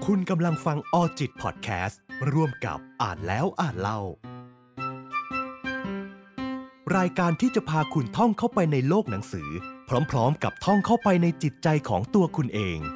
คุณกำลังฟังออจิตพอดแคสต์ร่วมกับอ่านแล้วอ่านเล่ารายการที่จะพาคุณท่องเข้าไปในโลกหนังสือพร้อมๆกับท่องเข้าไปในจิตใจของตัวคุณเอง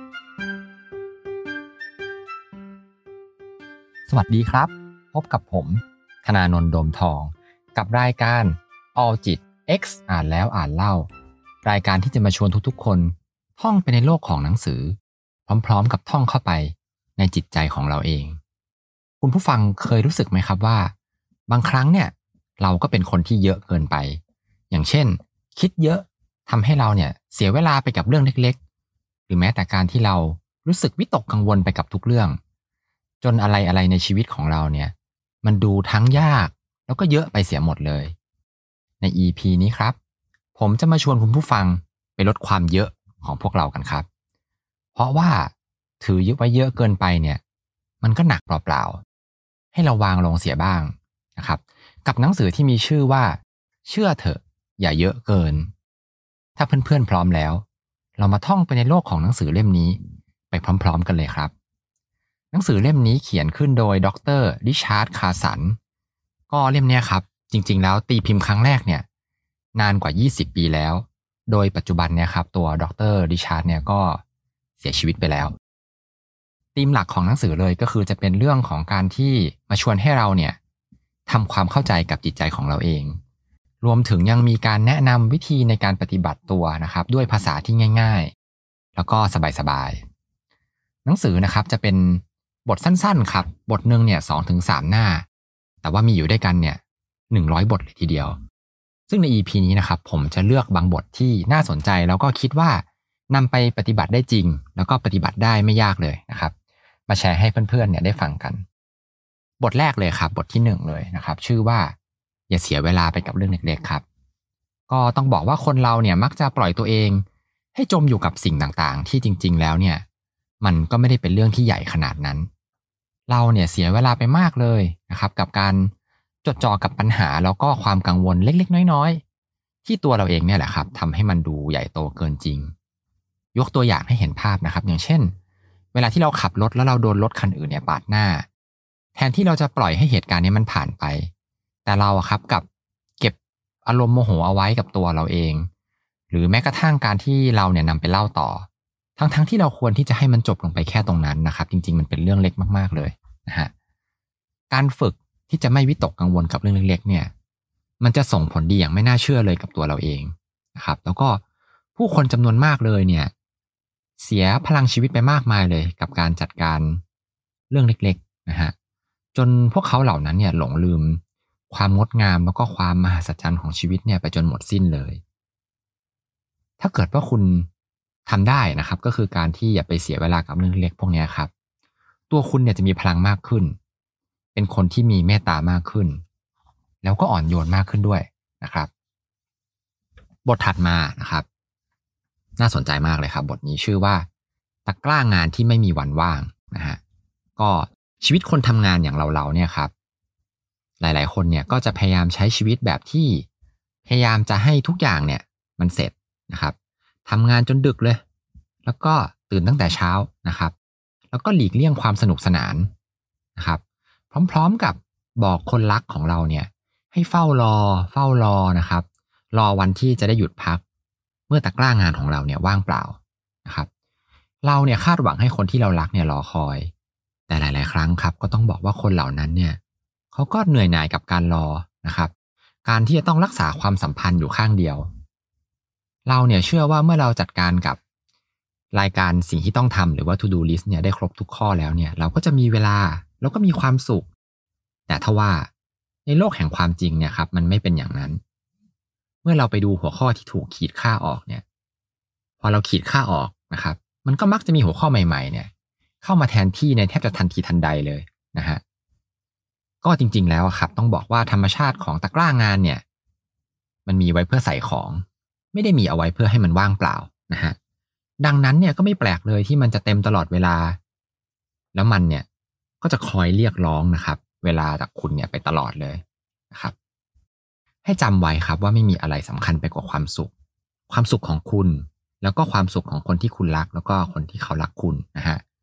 สวัสดีครับพบกับผมธนานนท์ โดมทองกับรายการ All จิต X อ่านแล้วอ่านเล่ารายการที่จะมาชวนทุกๆคนท่องไปในโลกของหนังสือพร้อมๆกับท่องเข้าไปในจิตใจของเราเองคุณผู้ฟังเคยรู้สึกไหมครับว่าบางครั้งเนี่ยเราก็เป็นคนที่เยอะเกินไปอย่างเช่นคิดเยอะทำให้เราเนี่ยเสียเวลาไปกับเรื่องเล็กๆหรือแม้แต่การที่เรารู้สึกวิตกกังวลไปกับทุกเรื่องจนอะไรในชีวิตของเราเนี่ยมันดูทั้งยากแล้วก็เยอะไปเสียหมดเลยใน EP นี้ครับผมจะมาชวนคุณผู้ฟังไปลดความเยอะของพวกเรากันครับเพราะว่าถือเยอะไว้เยอะเกินไปเนี่ยมันก็หนักเปล่าๆให้เราวางลงเสียบ้างนะครับกับหนังสือที่มีชื่อว่าเชื่อเถอะอย่าเยอะเกินถ้าเพื่อนๆพร้อมแล้วเรามาท่องไปในโลกของหนังสือเล่มนี้ไปพร้อมๆกันเลยครับหนังสือเล่มนี้เขียนขึ้นโดยดร.ริชาร์ด คาสันก็เล่มนี้ครับจริงๆแล้วตีพิมพ์ครั้งแรกเนี่ยนานกว่า20ปีแล้วโดยปัจจุบันเนี่ยครับตัวดร.ริชาร์ดเนี่ยก็เสียชีวิตไปแล้วธีมหลักของหนังสือเลยก็คือจะเป็นเรื่องของการที่มาชวนให้เราเนี่ยทำความเข้าใจกับจิตใจของเราเองรวมถึงยังมีการแนะนำวิธีในการปฏิบัติตัวนะครับด้วยภาษาที่ง่ายๆแล้วก็สบายๆหนังสือนะครับจะเป็นบทสั้นๆครับบทหนึ่งเนี่ย 2-3 หน้าแต่ว่ามีอยู่ด้วยกันเนี่ย100 บทเลยทีเดียวซึ่งใน EP นี้นะครับผมจะเลือกบางบทที่น่าสนใจแล้วก็คิดว่านำไปปฏิบัติได้จริงแล้วก็ปฏิบัติได้ไม่ยากเลยนะครับมาแชร์ให้เพื่อนๆเนี่ยได้ฟังกันบทแรกเลยครับบทที่1เลยนะครับชื่อว่าอย่าเสียเวลาไปกับเรื่องเล็กๆครับก็ต้องบอกว่าคนเราเนี่ยมักจะปล่อยตัวเองให้จมอยู่กับสิ่งต่างๆที่จริงๆแล้วเนี่ยมันก็ไม่ได้เป็นเรื่องที่ใหญ่ขนาดนั้นเราเนี่ยเสียเวลาไปมากเลยนะครับกับการจดจ่อกับปัญหาแล้วก็ความกังวลเล็กๆน้อยๆที่ตัวเราเองเนี่ยแหละครับทำให้มันดูใหญ่โตเกินจริงยกตัวอย่างให้เห็นภาพนะครับอย่างเช่นเวลาที่เราขับรถแล้วเราโดนรถคันอื่นเนี่ยปาดหน้าแทนที่เราจะปล่อยให้เหตุการณ์นี้มันผ่านไปแต่เราอะครับกับเก็บอารมณ์โมโหเอาไว้กับตัวเราเองหรือแม้กระทั่งการที่เราเนี่ยนำไปเล่าต่อทั้งที่เราควรที่จะให้มันจบลงไปแค่ตรงนั้นนะครับจริงๆมันเป็นเรื่องเล็กมากๆเลยนะฮะการฝึกที่จะไม่วิตกกังวลกับเรื่องเล็กๆเนี่ยมันจะส่งผลดีอย่างไม่น่าเชื่อเลยกับตัวเราเองนะครับแล้วก็ผู้คนจำนวนมากเลยเนี่ยเสียพลังชีวิตไปมากมายเลยกับการจัดการเรื่องเล็กๆนะฮะจนพวกเขาเหล่านั้นเนี่ยหลงลืมความงดงามแล้วก็ความมหัศจรรย์ของชีวิตเนี่ยไปจนหมดสิ้นเลยถ้าเกิดว่าคุณทำได้นะครับก็คือการที่อย่าไปเสียเวลากับเรื่องเล็กพวกนี้ครับตัวคุณเนี่ยจะมีพลังมากขึ้นเป็นคนที่มีเมตตามากขึ้นแล้วก็อ่อนโยนมากขึ้นด้วยนะครับบทถัดมานะครับน่าสนใจมากเลยครับบทนี้ชื่อว่าตะกร้างานที่ไม่มีวันว่างนะฮะก็ชีวิตคนทำงานอย่างเราเนี่ยครับหลายๆคนเนี่ยก็จะพยายามใช้ชีวิตแบบที่พยายามจะให้ทุกอย่างเนี่ยมันเสร็จนะครับทำงานจนดึกเลยแล้วก็ตื่นตั้งแต่เช้านะครับแล้วก็หลีกเลี่ยงความสนุกสนานนะครับพร้อมๆกับบอกคนรักของเราเนี่ยให้เฝ้ารอนะครับรอวันที่จะได้หยุดพักเมื่อตะกร้างานของเราเนี่ยว่างเปล่านะครับเราเนี่ยคาดหวังให้คนที่เรารักเนี่ยรอคอยแต่หลายๆครั้งครับก็ต้องบอกว่าคนเหล่านั้นเนี่ยเขาก็เหนื่อยหน่ายกับการรอนะครับการที่จะต้องรักษาความสัมพันธ์อยู่ข้างเดียวเราเนี่ยเชื่อว่าเมื่อเราจัดการกับรายการสิ่งที่ต้องทำหรือว่า to do list เนี่ยได้ครบทุกข้อแล้วเนี่ยเราก็จะมีเวลาแล้วก็มีความสุขแต่ทว่าในโลกแห่งความจริงเนี่ยครับมันไม่เป็นอย่างนั้นเมื่อเราไปดูหัวข้อที่ถูกขีดค่าออกเนี่ยพอเราขีดค่าออกนะครับมันก็มักจะมีหัวข้อใหม่ๆเนี่ยเข้ามาแทนที่ในแทบจะทันทีทันใดเลยนะฮะก็จริงๆแล้วครับต้องบอกว่าธรรมชาติของตะกร้างานเนี่ยมันมีไว้เพื่อใส่ของไม่ได้มีเอาไว้เพื่อให้มันว่างเปล่านะฮะดังนั้นเนี่ยก็ไม่แปลกเลยที่มันจะเต็มตลอดเวลาแล้วมันเนี่ยก็จะคอยเรียกร้องนะครับเวลาจากคุณเนี่ยไปตลอดเลยนะครับให้จำไว้ครับว่าไม่มีอะไรสำคัญไปกว่าความสุขของคุณแล้วก็ความสุขของคนที่คุณรักแล้วก็คนที่เขารักคุณนะฮะ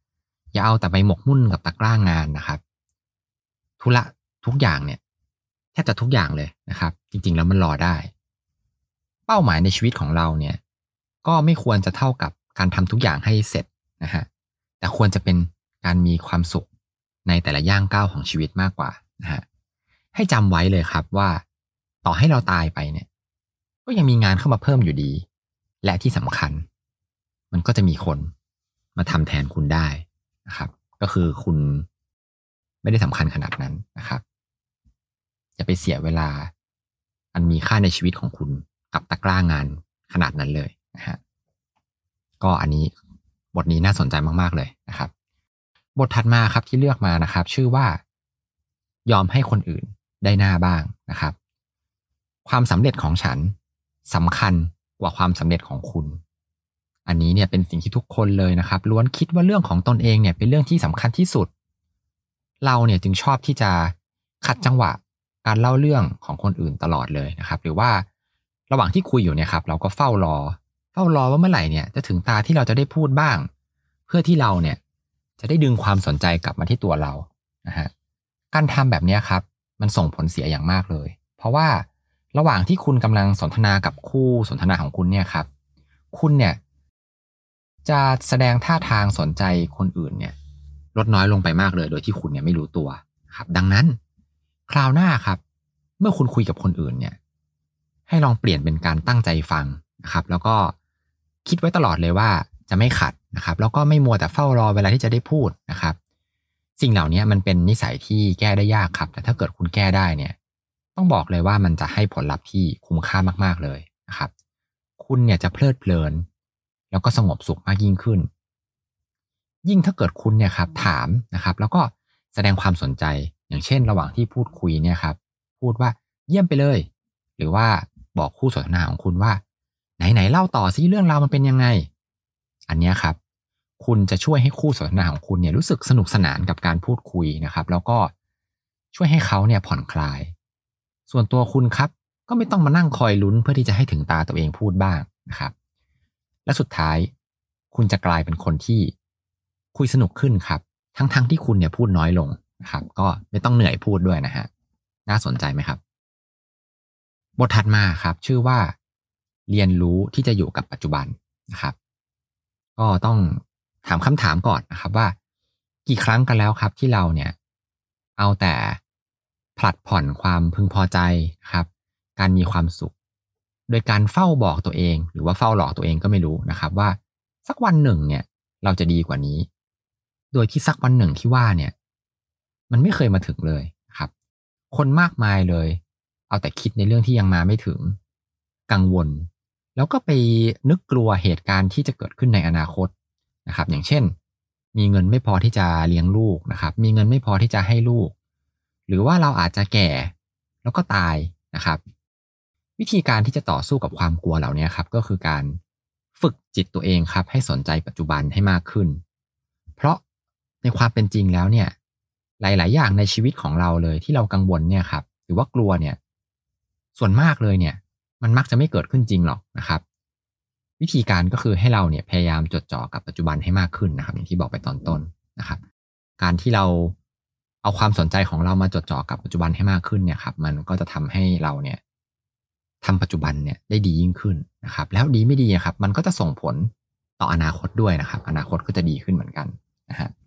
อย่าเอาแต่ไปหมกมุ่นกับตะกร้างานนะครับธุระทุกอย่างเนี่ยแทบจะทุกอย่างเลยนะครับจริงๆแล้วมันรอได้เป้าหมายในชีวิตของเราเนี่ยก็ไม่ควรจะเท่ากับการทำทุกอย่างให้เสร็จนะฮะแต่ควรจะเป็นการมีความสุขในแต่ละย่างก้าวของชีวิตมากกว่านะฮะให้จำไว้เลยครับว่าต่อให้เราตายไปเนี่ยก็ยังมีงานเข้ามาเพิ่มอยู่ดีและที่สำคัญมันก็จะมีคนมาทำแทนคุณได้นะครับก็คือคุณไม่ได้สำคัญขนาดนั้นนะครับอย่าไปเสียเวลาอันมีค่าในชีวิตของคุณกับตะกร้างานขนาดนั้นเลยนะฮะก็อันนี้บทนี้น่าสนใจมากๆเลยนะครับบทถัดมาครับที่เลือกมานะครับชื่อว่ายอมให้คนอื่นได้หน้าบ้างนะครับความสำเร็จของฉันสำคัญกว่าความสำเร็จของคุณอันนี้เนี่ยเป็นสิ่งที่ทุกคนเลยนะครับล้วนคิดว่าเรื่องของตนเองเนี่ยเป็นเรื่องที่สำคัญที่สุดเราเนี่ยจึงชอบที่จะขัดจังหวะการเล่าเรื่องของคนอื่นตลอดเลยนะครับหรือว่าระหว่างที่คุยอยู่เนี่ยครับเราก็เฝ้ารอว่าเมื่อไหร่เนี่ยจะถึงตาที่เราจะได้พูดบ้างเพื่อที่เราเนี่ยจะได้ดึงความสนใจกลับมาที่ตัวเรานะฮะการทำแบบนี้ครับมันส่งผลเสียอย่างมากเลยเพราะว่าระหว่างที่คุณกำลังสนทนากับคู่สนทนาของคุณเนี่ยครับคุณเนี่ยจะแสดงท่าทางสนใจคนอื่นเนี่ยลดน้อยลงไปมากเลยโดยที่คุณเนี่ยไม่รู้ตัวครับดังนั้นคราวหน้าครับเมื่อคุณคุยกับคนอื่นเนี่ยให้ลองเปลี่ยนเป็นการตั้งใจฟังนะครับแล้วก็คิดไว้ตลอดเลยว่าจะไม่ขัดนะครับแล้วก็ไม่มัวแต่เฝ้ารอเวลาที่จะได้พูดนะครับสิ่งเหล่านี้มันเป็นนิสัยที่แก้ได้ยากครับแต่ถ้าเกิดคุณแก้ได้เนี่ยต้องบอกเลยว่ามันจะให้ผลลัพธ์ที่คุ้มค่ามากๆเลยนะครับคุณเนี่ยจะเพลิดเพลินแล้วก็สงบสุขมากยิ่งขึ้นยิ่งถ้าเกิดคุณเนี่ยครับถามนะครับแล้วก็แสดงความสนใจอย่างเช่นระหว่างที่พูดคุยเนี่ยครับพูดว่าเยี่ยมไปเลยหรือว่าบอกคู่สนทนาของคุณว่าไหนเล่าต่อซิเรื่องราวมันเป็นยังไงอันนี้ครับคุณจะช่วยให้คู่สนทนาของคุณเนี่ยรู้สึกสนุกสนานกับการพูดคุยนะครับแล้วก็ช่วยให้เขาเนี่ยผ่อนคลายส่วนตัวคุณครับก็ไม่ต้องมานั่งคอยลุ้นเพื่อที่จะให้ถึงตาตัวเองพูดบ้างนะครับและสุดท้ายคุณจะกลายเป็นคนที่คุยสนุกขึ้นครับทั้งที่คุณเนี่ยพูดน้อยลงนะครับก็ไม่ต้องเหนื่อยพูดด้วยนะฮะน่าสนใจไหมครับบทถัดมาครับชื่อว่าเรียนรู้ที่จะอยู่กับปัจจุบันนะครับก็ต้องถามคำถามก่อนนะครับว่ากี่ครั้งกันแล้วครับที่เราเนี่ยเอาแต่ผลัดผ่อนความพึงพอใจนะครับการมีความสุขโดยการเฝ้าบอกตัวเองหรือว่าเฝ้าหลอกตัวเองก็ไม่รู้นะครับว่าสักวันหนึ่งเนี่ยเราจะดีกว่านี้โดยที่สักวันหนึ่งที่ว่าเนี่ยมันไม่เคยมาถึงเลยครับคนมากมายเลยเอาแต่คิดในเรื่องที่ยังมาไม่ถึงกังวลแล้วก็ไปนึกกลัวเหตุการณ์ที่จะเกิดขึ้นในอนาคตนะครับอย่างเช่นมีเงินไม่พอที่จะเลี้ยงลูกนะครับมีเงินไม่พอที่จะให้ลูกหรือว่าเราอาจจะแก่แล้วก็ตายนะครับวิธีการที่จะต่อสู้กับความกลัวเหล่านี้ครับก็คือการฝึกจิตตัวเองครับให้สนใจปัจจุบันให้มากขึ้นเพราะในความเป็นจริงแล้วเนี่ยหลายๆอย่างในชีวิตของเราเลยที่เรากังวลเนี่ยครับหรือว่ากลัวเนี่ยส่วนมากเลยเนี่ยมันมักจะไม่เกิดขึ้นจริงหรอกนะครับวิธีการก็คือให้เราเนี่ยพยายามจดจ่อกับปัจจุบันให้มากขึ้นนะครับอย่างที่บอกไปตอนต้นนะครับการที่เราเอาความสนใจของเรามาจดจ่อกับปัจจุบันให้มากขึ้นเนี่ยครับมันก็จะทำให้เราเนี่ยทำปัจจุบันเนี่ยได้ดียิ่งขึ้นนะครับแล้วดีไม่ดีครับมันก็จะส่งผลต่ออนาคตด้วยนะครับอนาคตก็จะดีขึ้นเหมือนกันนะฮะ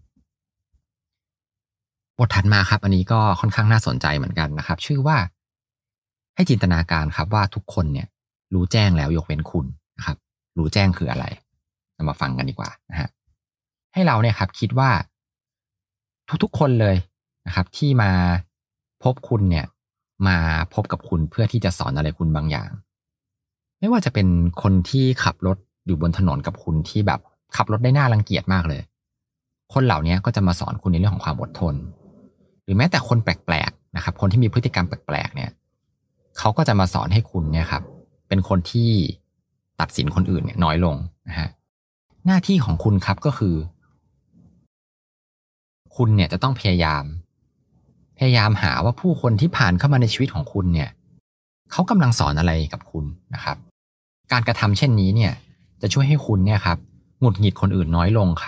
บทถัดมาครับอันนี้ก็ค่อนข้างน่าสนใจเหมือนกันนะครับชื่อว่าให้จินตนาการครับว่าทุกคนเนี่ยรู้แจ้งแล้วยกเว้นคุณนะครับรู้แจ้งคืออะไรเรามาฟังกันดีกว่านะฮะให้เราเนี่ยครับคิดว่าทุกๆคนเลยนะครับที่มาพบคุณเนี่ยมาพบกับคุณเพื่อที่จะสอนอะไรคุณบางอย่างไม่ว่าจะเป็นคนที่ขับรถอยู่บนถนนกับคุณที่แบบขับรถได้น่ารังเกียจมากเลยคนเหล่านี้ก็จะมาสอนคุณในเรื่องของความอดทนหรือแม้แต่คนแปลกๆนะครับคนที่มีพฤติกรรมแปลกๆเนี่ยเขาก็จะมาสอนให้คุณเนี่ยครับเป็นคนที่ตัดสินคนอื่นเนี่ยน้อยลงนะฮะหน้าที่ของคุณครับก็คือคุณเนี่ยจะต้องพยายามหาว่าผู้คนที่ผ่านเข้ามาในชีวิตของคุณเนี่ยเขากำลังสอนอะไรกับคุณนะครับการกระทำเช่นนี้เนี่ยจะช่วยให้คุณเนี่ยครับหงุดหงิดคนอื่นน้อยลงครับ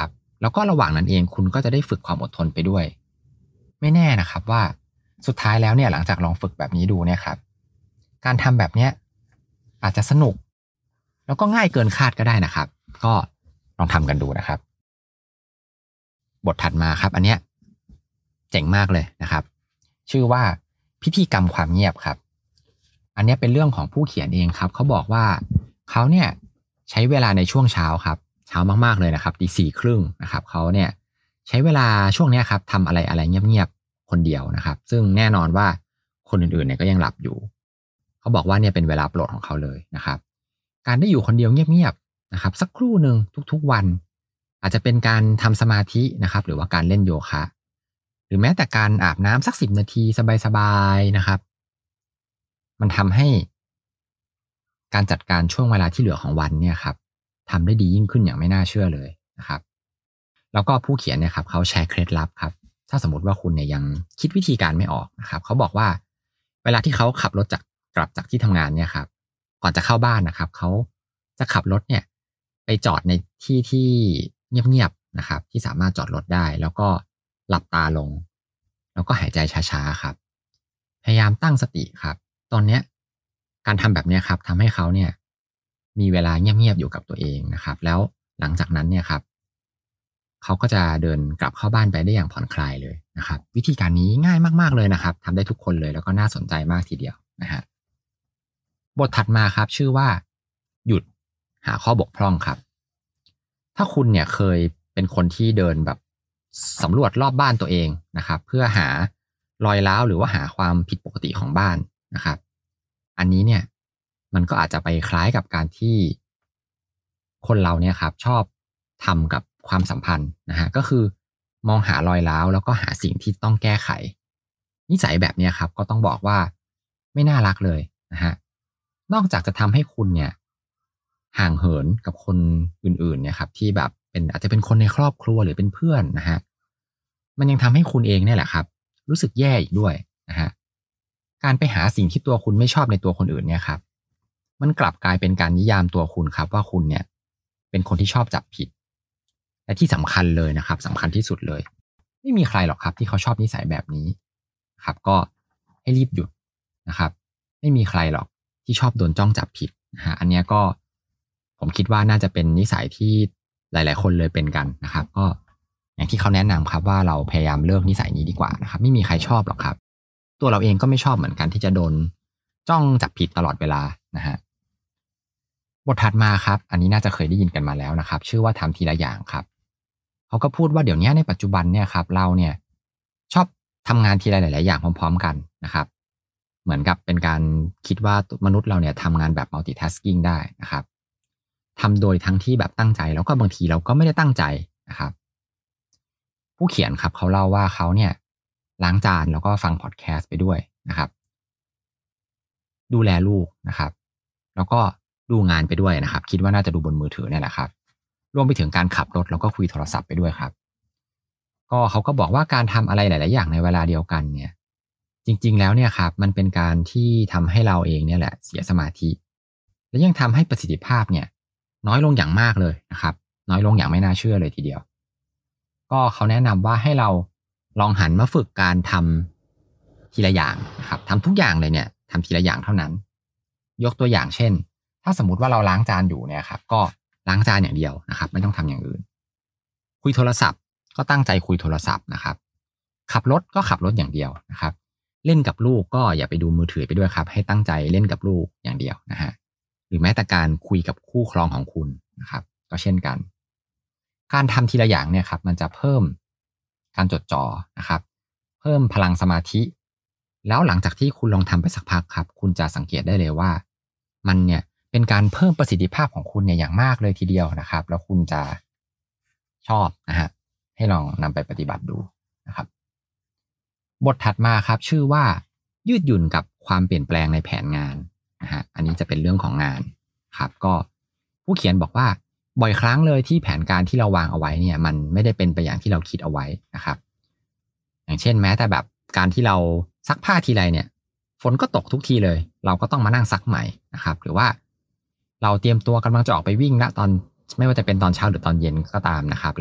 แล้วก็ระหว่างนั้นเองคุณก็จะได้ฝึกความอดทนไปด้วยไม่แน่นะครับว่าสุดท้ายแล้วเนี่ยหลังจากลองฝึกแบบนี้ดูเนี่ยครับการทำแบบเนี้ยอาจจะสนุกแล้วก็ง่ายเกินคาดก็ได้นะครับก็ลองทำกันดูนะครับบทถัดมาครับอันเนี้ยเจ๋งมากเลยนะครับชื่อว่าพิธีกรรมความเงียบครับอันนี้เป็นเรื่องของผู้เขียนเองครับเขาบอกว่าเขาเนี่ยใช้เวลาในช่วงเช้าครับเช้ามากๆเลยนะครับ4:30นะครับเขาเนี่ยใช้เวลาช่วงนี้ครับทำอะไรเงียบๆคนเดียวนะครับซึ่งแน่นอนว่าคนอื่นๆเนี่ยก็ยังหลับอยู่เขาบอกว่าเนี่ยเป็นเวลาโปรดของเขาเลยนะครับการได้อยู่คนเดียวเงียบๆนะครับสักครู่หนึ่งทุกๆวันอาจจะเป็นการทำสมาธินะครับหรือว่าการเล่นโยคะหรือแม้แต่การอาบน้ำสัก10 นาทีสบายๆนะครับมันทำให้การจัดการช่วงเวลาที่เหลือของวันเนี่ยครับทำได้ดียิ่งขึ้นอย่างไม่น่าเชื่อเลยนะครับแล้วก็ผู้เขียนเนี่ยครับเขาแชร์เคล็ดลับครับถ้าสมมติว่าคุณเนี่ยยังคิดวิธีการไม่ออกนะครับเขาบอกว่าเวลาที่เขาขับรถกลับจากที่ทำงานเนี่ยครับก่อนจะเข้าบ้านนะครับเขาจะขับรถเนี่ยไปจอดในที่ที่เงียบๆนะครับที่สามารถจอดรถได้แล้วก็หลับตาลงแล้วก็หายใจช้าๆครับพยายามตั้งสติครับตอนเนี้ยการทำแบบเนี้ยครับทำให้เขาเนี่ยมีเวลาเงียบๆอยู่กับตัวเองนะครับแล้วหลังจากนั้นเนี่ยครับเขาก็จะเดินกลับเข้าบ้านไปได้อย่างผ่อนคลายเลยนะครับวิธีการนี้ง่ายมากๆเลยนะครับทำได้ทุกคนเลยแล้วก็น่าสนใจมากทีเดียวนะฮะบทถัดมาครับชื่อว่าหยุดหาข้อบกพร่องครับถ้าคุณเนี่ยเคยเป็นคนที่เดินแบบสำรวจรอบบ้านตัวเองนะครับเพื่อหารอยร้าวหรือว่าหาความผิดปกติของบ้านนะครับอันนี้เนี่ยมันก็อาจจะไปคล้ายกับการที่คนเราเนี่ยครับชอบทำกับความสัมพันธ์นะฮะก็คือมองหารอยร้าวแล้วก็หาสิ่งที่ต้องแก้ไขนิสัยแบบนี้ครับก็ต้องบอกว่าไม่น่ารักเลยนะฮะนอกจากจะทำให้คุณเนี่ยห่างเหินกับคนอื่นๆเนี่ยครับที่แบบเป็นอาจจะเป็นคนในครอบครัวหรือเป็นเพื่อนนะฮะมันยังทำให้คุณเองเนี่ยแหละครับรู้สึกแย่อีกด้วยนะฮะการไปหาสิ่งที่ตัวคุณไม่ชอบในตัวคนอื่นเนี่ยครับมันกลับกลายเป็นการนิยามตัวคุณครับว่าคุณเนี่ยเป็นคนที่ชอบจับผิดและที่สำคัญเลยนะครับสำคัญที่สุดเลยไม่มีใครหรอกครับที่เขาชอบนิสัยแบบนี้ครับก็ให้รีบหยุดนะครับไม่มีใครหรอกที่ชอบโดนจ้องจับผิดนะฮะอันเนี้ยก็ผมคิดว่าน่าจะเป็นนิสัยที่หลายๆคนเลยเป็นกันนะครับก็อย่างที่เขาแนะนำครับว่าเราพยายามเลิกนิสัยนี้ดีกว่านะครับไม่มีใครชอบหรอกครับตัวเราเองก็ไม่ชอบเหมือนกันที่จะโดนจ้องจับผิดตลอดเวลานะฮะบทถัดมาครับอันนี้น่าจะเคยได้ยินกันมาแล้วนะครับชื่อว่าทำทีละอย่างครับเขาก็พูดว่าเดี๋ยวนี้ในปัจจุบันเนี่ยครับเราเนี่ยชอบทำงานทีละหลายๆอย่างพร้อมๆกันนะครับเหมือนกับเป็นการคิดว่ามนุษย์เราเนี่ยทำงานแบบ multitasking ได้นะครับทำโดยทั้งที่แบบตั้งใจแล้วก็บางทีเราก็ไม่ได้ตั้งใจนะครับผู้เขียนครับเขาเล่าว่าเขาเนี่ยล้างจานแล้วก็ฟังพอดแคสต์ไปด้วยนะครับดูแลลูกนะครับแล้วก็ดูงานไปด้วยนะครับคิดว่าน่าจะดูบนมือถือเนี่ยแหละครับรวมไปถึงการขับรถแล้วก็คุยโทรศัพท์ไปด้วยครับก็เขาก็บอกว่าการทำอะไรหลายๆอย่างในเวลาเดียวกันเนี่ยจริงๆแล้วเนี่ยครับมันเป็นการที่ทำให้เราเองเนี่ยแหละเสียสมาธิและยังทำให้ประสิทธิภาพเนี่ยน้อยลงอย่างมากเลยนะครับน้อยลงอย่างไม่น่าเชื่อเลยทีเดียวก็เขาแนะนำว่าให้เราลองหันมาฝึกการทำทีละอย่างนะครับทำทุกอย่างเลยเนี่ยทำทีละอย่างเท่านั้นยกตัวอย่างเช่นถ้าสมมติว่าเราล้างจานอยู่เนี่ยครับก็ล้างจานอย่างเดียวนะครับไม่ต้องทำอย่างอื่นคุยโทรศัพท์ก็ตั้งใจคุยโทรศัพท์นะครับขับรถก็ขับรถอย่างเดียวนะครับเล่นกับลูกก็อย่าไปดูมือถือไปด้วยครับให้ตั้งใจเล่นกับลูกอย่างเดียวนะฮะหรือแม้แต่การคุยกับคู่ครองของคุณนะครับก็เช่นกันการทำทีละอย่างเนี่ยครับมันจะเพิ่มการจดจ่อนะครับเพิ่มพลังสมาธิแล้วหลังจากที่คุณลองทำไปสักพักครับคุณจะสังเกตได้เลยว่ามันเนี่ยเป็นการเพิ่มประสิทธิภาพของคุณเนี่ยอย่างมากเลยทีเดียวนะครับแล้วคุณจะชอบนะฮะให้ลองนำไปปฏิบัติดูนะครับบทถัดมาครับชื่อว่ายืดหยุ่นกับความเปลี่ยนแปลงในแผนงานนะฮะอันนี้จะเป็นเรื่องของงานครับก็ผู้เขียนบอกว่าบ่อยครั้งเลยที่แผนการที่เราวางเอาไว้เนี่ยมันไม่ได้เป็นไปอย่างที่เราคิดเอาไว้นะครับอย่างเช่นแม้แต่แบบการที่เราซักผ้าทีไรเนี่ยฝนก็ตกทุกทีเลยเราก็ต้องมานั่งซักใหม่นะครับหรือว่าเราเตรียมตัวกำลังจะออกไปวิ่งนะตอนไม่ว่าจะเป็นตอนเช้าหรือตอนเย็นก็ตามนะครับแล้ว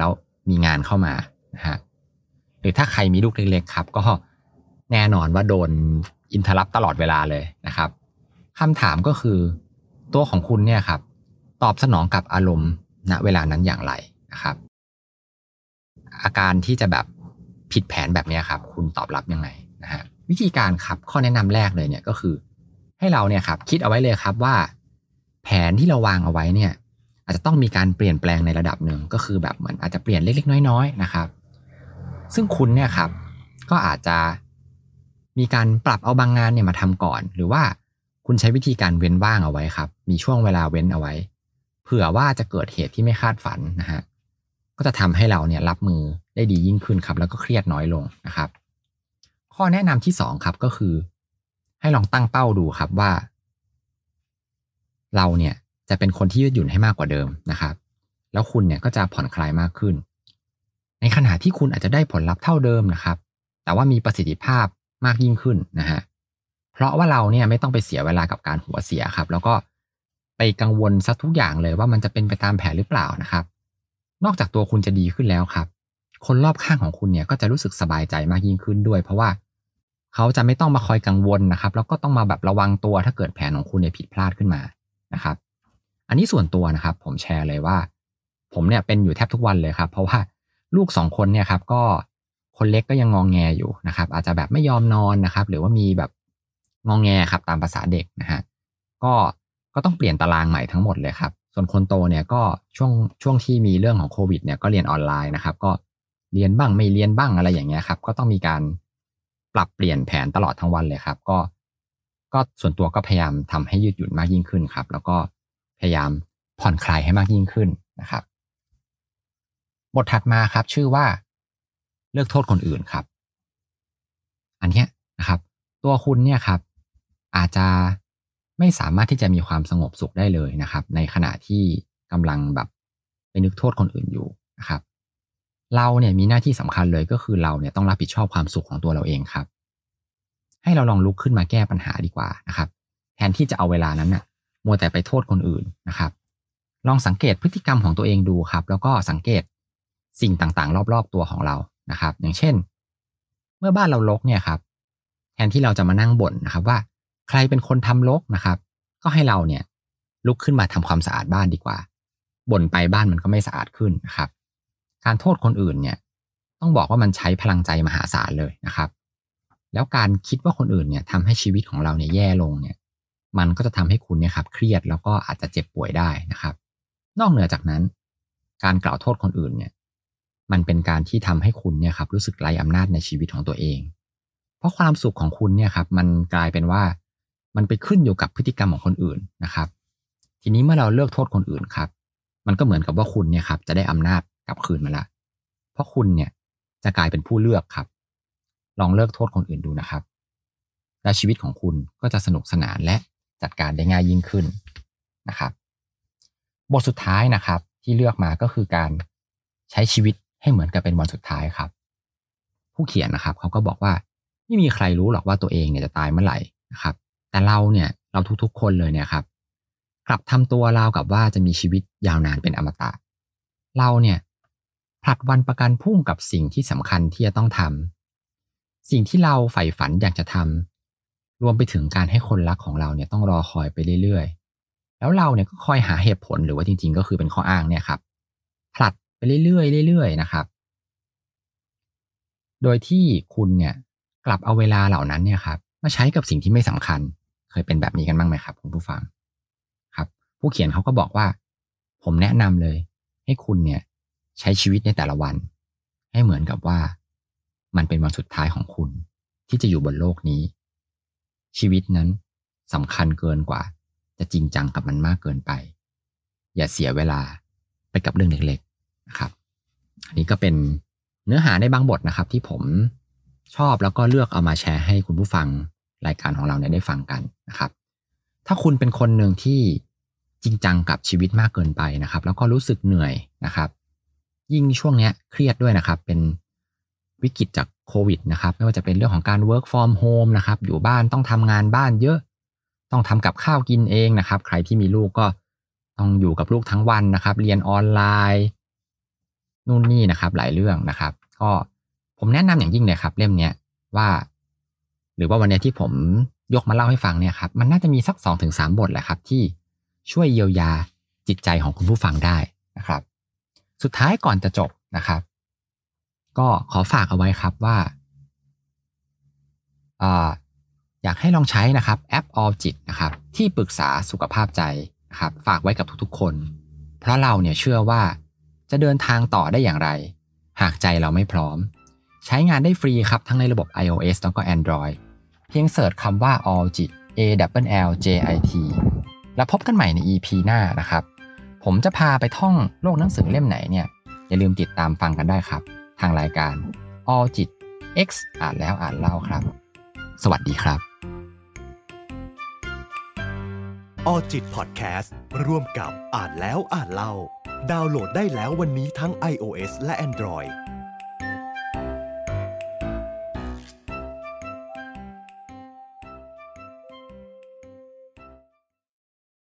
มีงานเข้ามานะฮะหรือถ้าใครมีลูกเล็กๆครับก็แน่นอนว่าโดนอินเทอร์รัปตลอดเวลาเลยนะครับคำถามก็คือตัวของคุณเนี่ยครับตอบสนองกับอารมณ์ณเวลานั้นอย่างไรนะครับอาการที่จะแบบผิดแผนแบบนี้ครับคุณตอบรับยังไงนะฮะวิธีการครับข้อแนะนำแรกเลยเนี่ยก็คือให้เราเนี่ยครับคิดเอาไว้เลยครับว่าแผนที่เราวางเอาไว้เนี่ยอาจจะต้องมีการเปลี่ยนแปลงในระดับหนึ่งก็คือแบบเหมือนอาจจะเปลี่ยนเล็กๆน้อยๆนะครับซึ่งคุณเนี่ยครับก็อาจจะมีการปรับเอาบางงานเนี่ยมาทำก่อนหรือว่าคุณใช้วิธีการเว้นว่างเอาไว้ครับมีช่วงเวลาเว้นเอาไว้เผื่อว่าจะเกิดเหตุที่ไม่คาดฝันนะฮะก็จะทำให้เราเนี่ยรับมือได้ดียิ่งขึ้นครับแล้วก็เครียดน้อยลงนะครับข้อแนะนำที่2ครับก็คือให้ลองตั้งเป้าดูครับว่าเราเนี่ยจะเป็นคนที่ยืดหยุ่นให้มากกว่าเดิมนะครับแล้วคุณเนี่ยก็จะผ่อนคลายมากขึ้นในขณะที่คุณอาจจะได้ผลลัพธ์เท่าเดิมนะครับแต่ว่ามีประสิทธิภาพมากยิ่งขึ้นนะฮะเพราะว่าเราเนี่ยไม่ต้องไปเสียเวลากับการหัวเสียครับแล้วก็ไปกังวลซะทุกอย่างเลยว่ามันจะเป็นไปตามแผนหรือเปล่านะครับนอกจากตัวคุณจะดีขึ้นแล้วครับคนรอบข้างของคุณเนี่ยก็จะรู้สึกสบายใจมากยิ่งขึ้นด้วยเพราะว่าเขาจะไม่ต้องมาคอยกังวลนะครับแล้วก็ต้องมาแบบระวังตัวถ้าเกิดแผนของคุณเนี่ยผิดพลาดขึ้นมานะครับอันนี้ส่วนตัวนะครับผมแชร์เลยว่าผมเนี่ยเป็นอยู่แทบทุกวันเลยครับเพราะว่าลูก2คนเนี่ยครับก็คนเล็กก็ยังงอแงอยู่นะครับอาจจะแบบไม่ยอมนอนนะครับหรือว่ามีแบบงอแงครับตามภาษาเด็กนะฮะก็ก็ต้องเปลี่ยนตารางใหม่ทั้งหมดเลยครับส่วนคนโตเนี่ยก็ช่วงที่มีเรื่องของโควิดเนี่ยก็เรียนออนไลน์นะครับก็เรียนบ้างไม่เรียนบ้างอะไรอย่างเงี้ยครับก็ต้องมีการปรับเปลี่ยนแผนตลอดทั้งวันเลยครับก็ส่วนตัวก็พยายามทำให้ยืดหยุ่นมากยิ่งขึ้นครับแล้วก็พยายามผ่อนคลายให้มากยิ่งขึ้นนะครับบทถัดมาครับชื่อว่าเลิกโทษคนอื่นครับอันเนี้ยนะครับตัวคุณเนี่ยครับอาจจะไม่สามารถที่จะมีความสงบสุขได้เลยนะครับในขณะที่กำลังแบบไปนึกโทษคนอื่นอยู่นะครับเราเนี่ยมีหน้าที่สำคัญเลยก็คือเราเนี่ยต้องรับผิดชอบความสุขของตัวเราเองครับให้เราลองลุกขึ้นมาแก้ปัญหาดีกว่านะครับแทนที่จะเอาเวลานั้นน่ะมัวแต่ไปโทษคนอื่นนะครับลองสังเกตพฤติกรรมของตัวเองดูครับแล้วก็สังเกตสิ่งต่างๆรอบๆตัวของเรานะครับอย่างเช่นเมื่อบ้านเรารกเนี่ยครับแทนที่เราจะมานั่งบ่นนะครับว่าใครเป็นคนทำรกนะครับก็ให้เราเนี่ยลุกขึ้นมาทำความสะอาดบ้านดีกว่าบ่นไปบ้านมันก็ไม่สะอาดขึ้นนะครับการโทษคนอื่นเนี่ยต้องบอกว่ามันใช้พลังใจมหาศาลเลยนะครับแล้วการคิดว่าคนอื่นเนี่ยทำให้ชีวิตของเราเนี่ยแย่ลงเนี่ยมันก็จะทำให้คุณเนี่ยครับเครียดแล้วก็อาจจะเจ็บป่วยได้นะครับนอกเหนือจากนั้นการกล่าวโทษคนอื่นเนี่ยมันเป็นการที่ทำให้คุณเนี่ยครับรู้สึกไร้อำนาจในชีวิตของตัวเองเพราะความสุขของคุณเนี่ยครับมันกลายเป็นว่ามันไปขึ้นอยู่กับพฤติกรรมของคนอื่นนะครับทีนี้เมื่อเราเลิกโทษคนอื่นครับมันก็เหมือนกับว่าคุณเนี่ยครับจะได้อำนาจกลับคืนมาละเพราะคุณเนี่ยจะกลายเป็นผู้เลือกครับลองเลิกโทษคนอื่นดูนะครับและชีวิตของคุณก็จะสนุกสนานและจัดการได้ง่ายยิ่งขึ้นนะครับบทสุดท้ายนะครับที่เลือกมาก็คือการใช้ชีวิตให้เหมือนกับเป็นวันสุดท้ายครับผู้เขียนนะครับเขาก็บอกว่าไม่มีใครรู้หรอกว่าตัวเองเนี่ยจะตายเมื่อไหร่นะครับแต่เราทุกๆคนเลยเนี่ยครับกลับทำตัวราวกับว่าจะมีชีวิตยาวนานเป็นอมตะเราเนี่ยผลัดวันประกันพรุ่งกับสิ่งที่สำคัญที่จะต้องทำสิ่งที่เราใฝ่ฝันอยากจะทำรวมไปถึงการให้คนรักของเราเนี่ยต้องรอคอยไปเรื่อยๆแล้วเราเนี่ยก็คอยหาเหตุผลหรือว่าจริงๆก็คือเป็นข้ออ้างเนี่ยครับผลัดไปเรื่อยๆเรื่อยๆนะครับโดยที่คุณเนี่ยกลับเอาเวลาเหล่านั้นเนี่ยครับมาใช้กับสิ่งที่ไม่สำคัญเคยเป็นแบบนี้กันบ้างไหมครับคุณผู้ฟังครับผู้เขียนเขาก็บอกว่าผมแนะนำเลยให้คุณเนี่ยใช้ชีวิตในแต่ละวันให้เหมือนกับว่ามันเป็นวันสุดท้ายของคุณที่จะอยู่บนโลกนี้ชีวิตนั้นสำคัญเกินกว่าจะจริงจังกับมันมากเกินไปอย่าเสียเวลาไปกับเรื่องเล็กๆนะครับอันนี้ก็เป็นเนื้อหาในบางบทนะครับที่ผมชอบแล้วก็เลือกเอามาแชร์ให้คุณผู้ฟังรายการของเราเนี่ยได้ฟังกันนะครับถ้าคุณเป็นคนหนึ่งที่จริงจังกับชีวิตมากเกินไปนะครับแล้วก็รู้สึกเหนื่อยนะครับยิ่งช่วงนี้เครียดด้วยนะครับเป็นวิกฤตจากโควิดนะครับไม่ว่าจะเป็นเรื่องของการ work from home นะครับอยู่บ้านต้องทำงานบ้านเยอะต้องทำกับข้าวกินเองนะครับใครที่มีลูกก็ต้องอยู่กับลูกทั้งวันนะครับเรียนออนไลน์นู่นนี่นะครับหลายเรื่องนะครับก็ผมแนะนำอย่างยิ่งเลยครับเล่มเนี้ยว่าหรือว่าวันนี้ที่ผมยกมาเล่าให้ฟังเนี่ยครับมันน่าจะมีสัก 2-3 บทแหละครับที่ช่วยเยียวยาจิตใจของคุณผู้ฟังได้นะครับสุดท้ายก่อนจะจบนะครับก็ขอฝากเอาไว้ครับว่าอยากให้ลองใช้นะครับแอป All จิตนะครับที่ปรึกษาสุขภาพใจนะครับฝากไว้กับทุกๆคนเพราะเราเนี่ยเชื่อว่าจะเดินทางต่อได้อย่างไรหากใจเราไม่พร้อมใช้งานได้ฟรีครับทั้งในระบบ iOS แล้วก็ Android เพียงเสิร์ชคำว่า All จิต ALLJIT แล้วพบกันใหม่ใน EP หน้านะครับผมจะพาไปท่องโลกหนังสือเล่มไหนเนี่ยอย่าลืมติดตามฟังกันได้ครับทางรายการ All จิต X อ่านแล้วอ่านเล่าครับสวัสดีครับออจิตพอดแคสต์ร่วมกับอ่านแล้วอ่านเล่าดาวน์โหลดได้แล้ววันนี้ทั้ง iOS และ Android